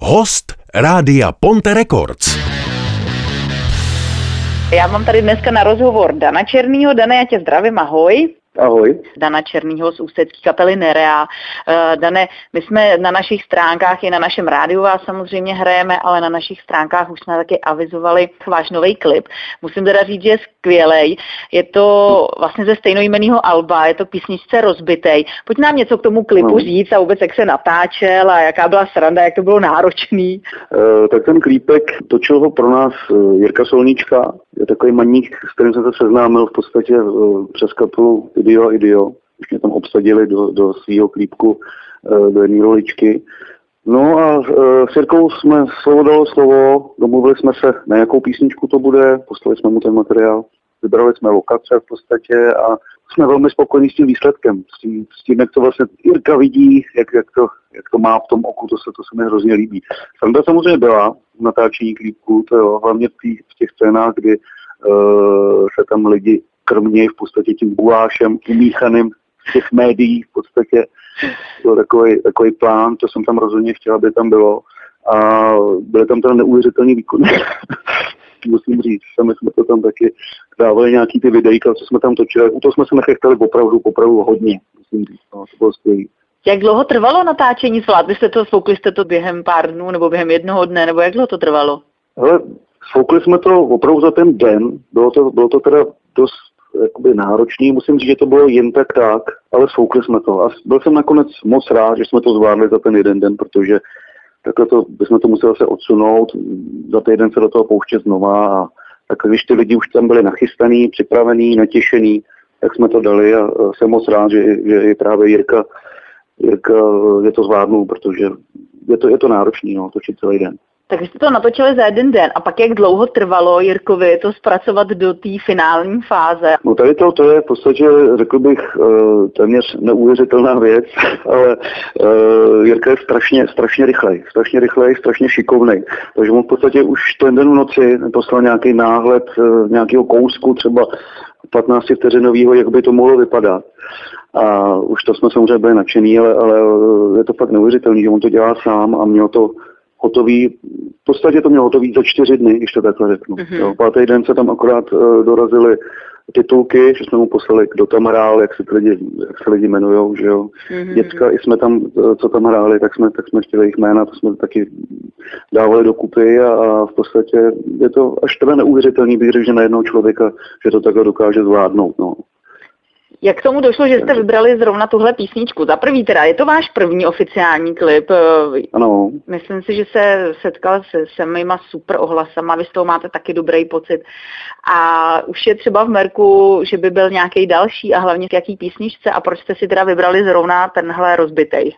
Host Rádia Ponte Records. Já mám tady dneska na rozhovor Dana Černýho. Dane, já tě zdravím, ahoj. Ahoj. Dana Černýho z ústecké kapely Nerea. Dane, my jsme na našich stránkách i na našem rádiu vás samozřejmě hrajeme, ale na našich stránkách už jsme taky avizovali váš nový klip. Musím teda říct, že je skvělej. Je to vlastně ze stejnojmenného alba, je to k písničce Rozbitej. Pojď nám něco k tomu klipu říct a vůbec jak se natáčel a jaká byla sranda, jak to bylo náročný. Tak ten klípek točil ho pro nás Jirka Solníčka. Je takový maník, s kterým jsem se seznámil v podstatě přes kapelu Idio. Už mě tam obsadili do svého klípku, do jedné roličky. No a s Jirkou jsme slovo dalo slovo, domluvili jsme se, na jakou písničku to bude, poslali jsme mu ten materiál, vybrali jsme lokace v podstatě a jsme velmi spokojení s tím výsledkem, s tím jak to vlastně Jirka vidí, jak to má v tom oku, to se mi hrozně líbí. Sranda samozřejmě byla v natáčení klípku, to jo, hlavně v těch scénách, kdy se tam lidi krmějí v podstatě tím gulášem umíchaným z těch médií, v podstatě byl takový plán, to jsem tam rozhodně chtěl, aby tam bylo a byly tam teda neuvěřitelný výkony. Musím říct, sami jsme to tam taky dávali nějaký ty videjka, co jsme tam točili, u toho jsme se nachystali opravdu hodně, musím říct, no, to bylo skvělé. Jak dlouho trvalo natáčení? Zvládli jste to, svoukli jste to během pár dnů nebo během jednoho dne, nebo jak dlouho to trvalo? Hele, svoukli jsme to opravdu za ten den, bylo to teda dost jakoby náročný, musím říct, že to bylo jen tak, ale svoukli jsme to. A byl jsem nakonec moc rád, že jsme to zvládli za ten jeden den, protože takhle bychom to museli se odsunout, za týden se do toho pouštět znova a tak když ty lidi už tam byli nachystaný, připravený, natěšený, tak jsme to dali a jsem moc rád, že i právě Jirka je to zvládnul, protože je to náročný, no, točit celý den. Takže jste to natočili za jeden den a pak jak dlouho trvalo Jirkovi to zpracovat do té finální fáze? No tady to je v podstatě, řekl bych, téměř neuvěřitelná věc, ale Jirka je strašně rychlej, strašně šikovnej. Takže on v podstatě už ten den v noci poslal nějaký náhled, nějakého kousku, třeba 15 vteřinového, jak by to mohlo vypadat. A už to jsme samozřejmě byli nadšený, ale je to fakt neuvěřitelný, že on to dělá sám a měl to hotový, v podstatě to mělo hotový za 4 dny, když to takhle řeknu. Mm-hmm. Pátý den se tam akorát dorazily titulky, že jsme mu poslali, kdo tam hrál, jak se lidi jmenujou, že jo. Mm-hmm. Děcka, i jsme tam, co tam hráli, tak jsme chtěli jejich jména, to jsme taky dávali dokupy a v podstatě je to až teda neuvěřitelný, bych řekl, že na jednoho člověka, že to takhle dokáže zvládnout, no. Jak k tomu došlo, že jste vybrali zrovna tuhle písničku? Za prvý teda, je to váš první oficiální klip. Ano. Myslím si, že se setkal se mýma super ohlasama, vy z toho máte taky dobrý pocit. A už je třeba v merku, že by byl nějaký další a hlavně v jaký písničce a proč jste si teda vybrali zrovna tenhle Rozbitej?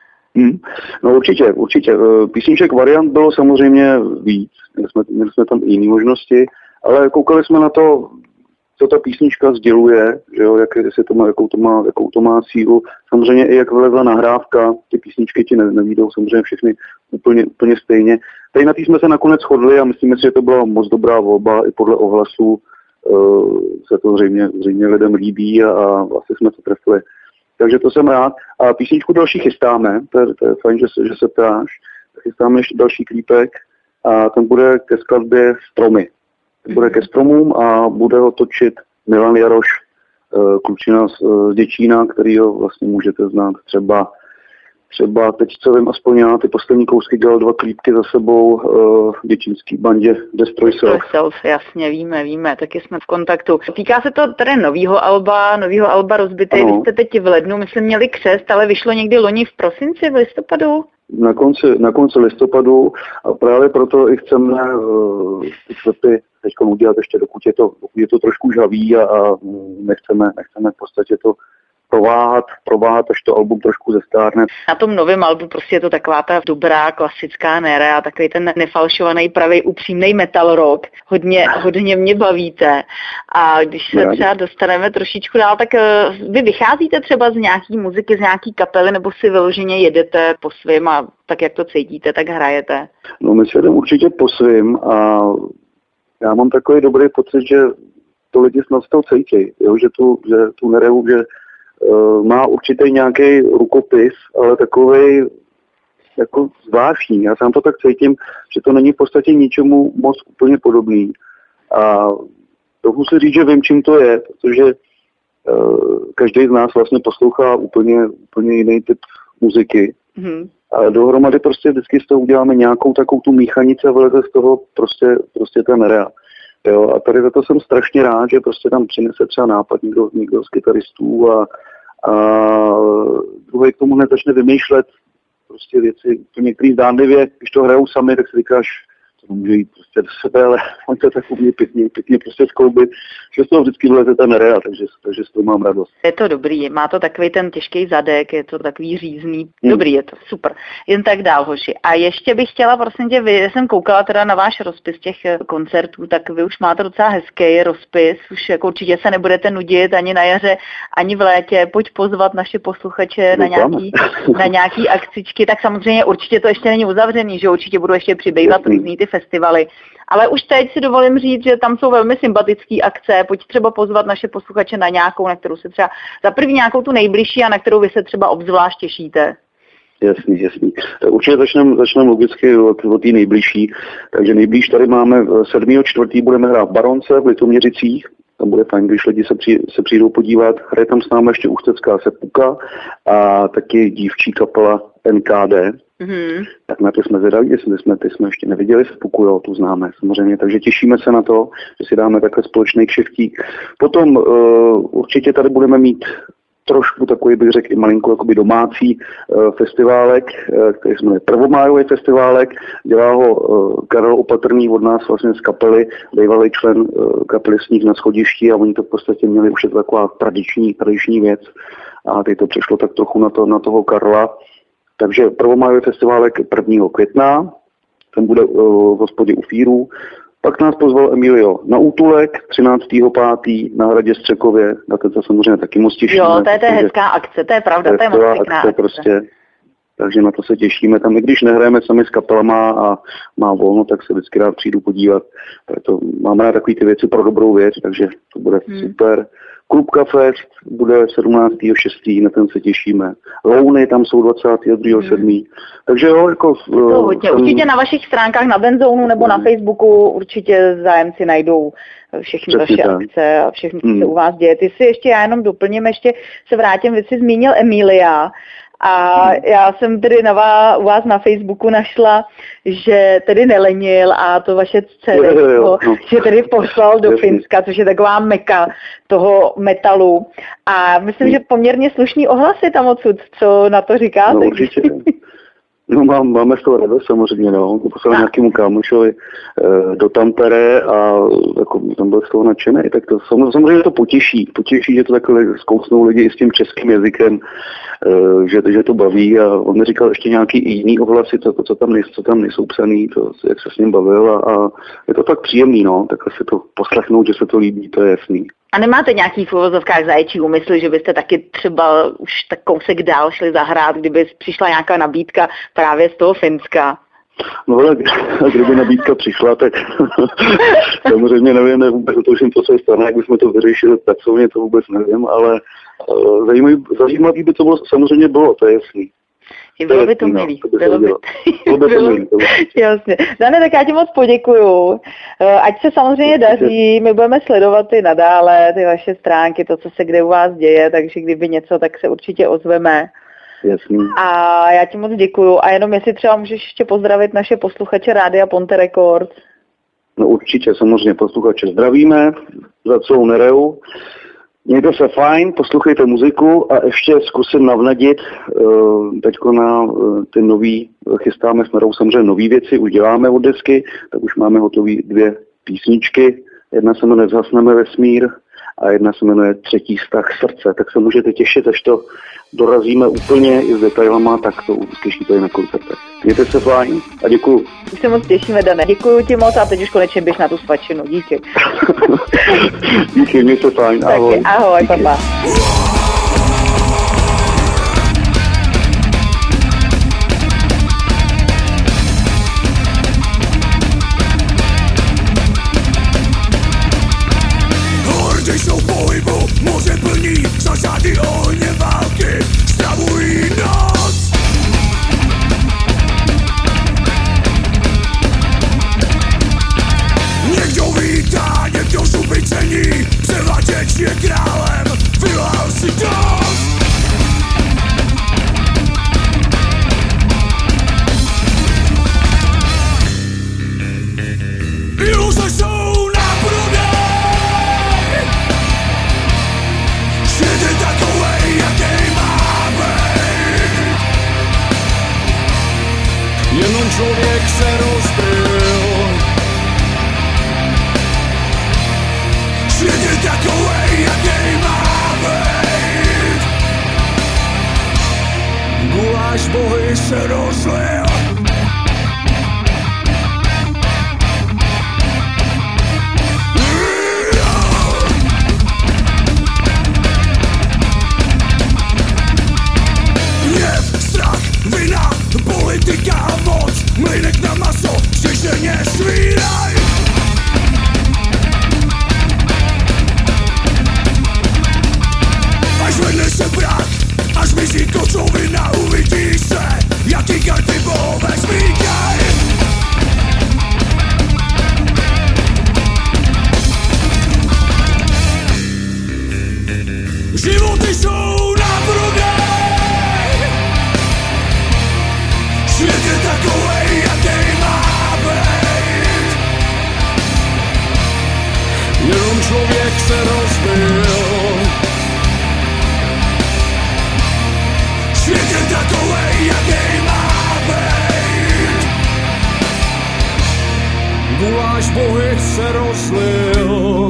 No určitě. Písniček variant bylo samozřejmě víc. Měli jsme tam i jiné možnosti, ale koukali jsme na to, co ta písnička sděluje, že jo, jakou to má sílu. Samozřejmě i jak vylezla nahrávka, ty písničky ti nevídou samozřejmě všechny úplně stejně. Tady na tý jsme se nakonec shodli a myslíme si, že to byla moc dobrá volba, i podle ohlasů se to zřejmě lidem líbí a asi jsme to trefili. Takže to jsem rád. A písničku další chystáme, to je fajn, že se ptáš. Chystáme ještě další klípek a ten bude ke skladbě Stromy. Bude ke stromům a bude ho točit Milan Jaroš, klučina z Děčína, kterýho vlastně můžete znát třeba teď, co vím, aspoň já, ty poslední kousky dělal 2 klípky za sebou v děčínský bandě Destroy Self. Jasně, víme, taky jsme v kontaktu. Týká se to tedy novýho alba Rozbitej, vy jste teď v lednu, myslím, měli křest, ale vyšlo někdy loni v prosinci, v listopadu? Na konci listopadu a právě proto i chceme ty klipy teď udělat ještě, dokud je to trošku žhavý a nechceme v podstatě to prováhat, až to album trošku zestárne. Na tom novém albu prostě je to taková ta dobrá klasická Nerea, takový ten nefalšovaný, pravý, upřímný metal rock. Hodně mě bavíte. A když se třeba dostaneme trošičku dál, tak vy vycházíte třeba z nějaký muziky, z nějaký kapely, nebo si vyloženě jedete po svým a tak, jak to cítíte, tak hrajete? No my si jedeme určitě po svým a já mám takový dobrý pocit, že to lidi snad z toho cítí, že tu Nereu, že má určitý nějaký rukopis, ale takovej jako zvláštní. Já sám to tak cítím, že to není v podstatě ničemu moc úplně podobný. A trochu si říct, že vím, čím to je, protože každý z nás vlastně poslouchá úplně jiný typ muziky. A dohromady prostě vždycky z toho uděláme nějakou takovou tu míchanici a vyleze z toho prostě ten rea. Jo, a tady za to jsem strašně rád, že prostě tam přinese třeba nápad někdo z kytaristů a druhý k tomu hned začne vymýšlet prostě věci, to některý zdánlivě, když to hrajou sami, tak si říkáš, to může jít prostě do sebe, ale on to tak umí pěkně prostě skloubit, že z toho vždycky vyleze ten rea, takže z toho mám radost. Je to dobrý, má to takový ten těžký zadek, je to takový řízný, dobrý je to, super. Jen tak dál, hoši. A ještě bych chtěla, prosím tě, já jsem koukala teda na váš rozpis těch koncertů, tak vy už máte docela hezký rozpis, už jako určitě se nebudete nudit ani na jaře, ani v létě, pojď pozvat naše posluchače na nějaký akcičky, tak samozřejmě určitě to ještě není uzavřený, že určitě budou ještě přibývat různý ty festivaly. Ale už teď si dovolím říct, že tam jsou velmi sympatické akce. Pojď třeba pozvat naše posluchače na nějakou, na kterou se třeba za první nějakou tu nejbližší a na kterou vy se třeba obzvlášť těšíte. Jasný. Určitě začneme logicky od té nejbližší. Takže nejblíž tady máme 7.4. budeme hrát v Baronce v Litoměřicích. Tam bude fajn, když lidi se přijdou podívat. Hraje tam s námi ještě Ústecká Sepuka a taky dívčí kapela NKD. Tak na to jsme zvědaví, ty jsme ještě neviděli Sepuku, jo, tu známe samozřejmě, takže těšíme se na to, že si dáme takhle společný kšeftík. Potom určitě tady budeme mít trošku takový, bych řekl, i malinko jakoby domácí festiválek, který se jmenuje Prvomájový festiválek. Dělá ho Karel Opatrný od nás vlastně z kapely, bývalý člen kapely Sníh na schodišti a oni to v podstatě měli už je to taková tradiční věc a teď to přešlo tak trochu na toho Karla. Takže Prvomájový festiválek 1. května, ten bude v hospodě u Fíru. Pak nás pozval Emilio na útulek 13.5. na Hradě Střekově, na ten se samozřejmě taky moc těšíme. Jo, to je hezká akce, to je pravda, to je moc pěkná akce. Prostě, takže na to se těšíme. Tam i když nehrajeme sami s kapelama a má volno, tak se vždycky rád přijdu podívat. Proto máme rád takový ty věci pro dobrou věc, takže to bude super. Klubka Fest bude 17.6., na ten se těšíme. Louny tam jsou 22.7. Takže jo, jako... Určitě na vašich stránkách na Benzónu nebo na Facebooku určitě zájemci najdou všechny vaše akce a všechny, co se u vás děje. Ty si ještě, já jenom doplním, ještě se vrátím, vy jsi zmínil Emilia. A já jsem tedy u vás na Facebooku našla, že tedy nelenil a to vaše dcery, že tedy poslal do Finska, což je taková meka toho metalu. A myslím, že poměrně slušný ohlasy tam odsud, co na to říkáte. No určitě. No máme z toho radost samozřejmě, no. Poslal nějakému kámošovi do Tampere a jako, tam byl z toho nadšený, tak to samozřejmě to potěší, že to takhle zkousnou lidi i s tím českým jazykem, že to baví a on mi říkal ještě nějaký jiný ohlasy, co tam nejsou psaný, to, jak se s ním bavil a je to tak příjemný, no, takhle si to poslechnout, že se to líbí, to je jasný. A nemáte nějaký v uvozovkách zaječí úmysl, že byste taky třeba už tak kousek dál šli zahrát, kdyby přišla nějaká nabídka právě z toho Finska? No ale kdyby nabídka přišla, tak samozřejmě nevím vůbec o tom, co se stane, jak bychom to vyřešili pracovně, to vůbec nevím, ale zajímavý by to bylo, samozřejmě bylo, to je jasný. Bylo by to milý. Jasně. Dane, tak já ti moc poděkuju. Ať se samozřejmě daří, my budeme sledovat i nadále ty vaše stránky, to, co se kde u vás děje, takže kdyby něco, tak se určitě ozveme. Jasný. A já ti moc děkuju. A jenom jestli třeba můžeš ještě pozdravit naše posluchače Rádia Ponte Records. No určitě, samozřejmě posluchače zdravíme za celou Nereu. Mějte se fajn, poslouchejte muziku a ještě zkusím navnadit teďko na ty nový, chystáme s Nerou samozřejmě nový věci, už děláme od desky, tak už máme hotový 2 písničky. Jedna se jmenuje Zhasneme vesmír a jedna se jmenuje Třetí vztah srdce, tak se můžete těšit, až to dorazíme úplně i s detailama, tak to uslyšíte i na koncertech. Mějte se fajn a děkuju. Už se moc těšíme, Dane. Děkuju ti moc a teď už konečně běž na tu svačinu. Díky. Díky, měj se fajn. Ahoj. Taky, ahoj, papa. Hordy jsou v pohybu, moře plní, zažádný ohně války, stravují noc. člověk se rozbil. Svět je takovej, jaký má být. Guláš bohy se rozlil. Politika a moc, mlýnek na maso, stiženě svídaj. Až vedne se prach, až mizí kocovina, uvidí se, jaký karty bohové zmíkaj. Životy jsou na prodej. Svět je takovej, jaký má být. Jenom člověk se rozbil. Svět je takovej, jaký má být. Guláš bohy se rozlil.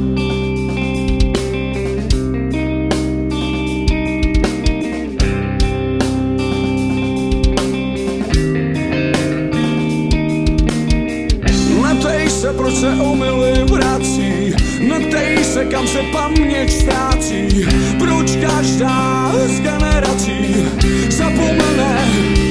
Proč se omyly vrací, neptej se, kam se paměť ztrácí. Proč každá z generací zapomene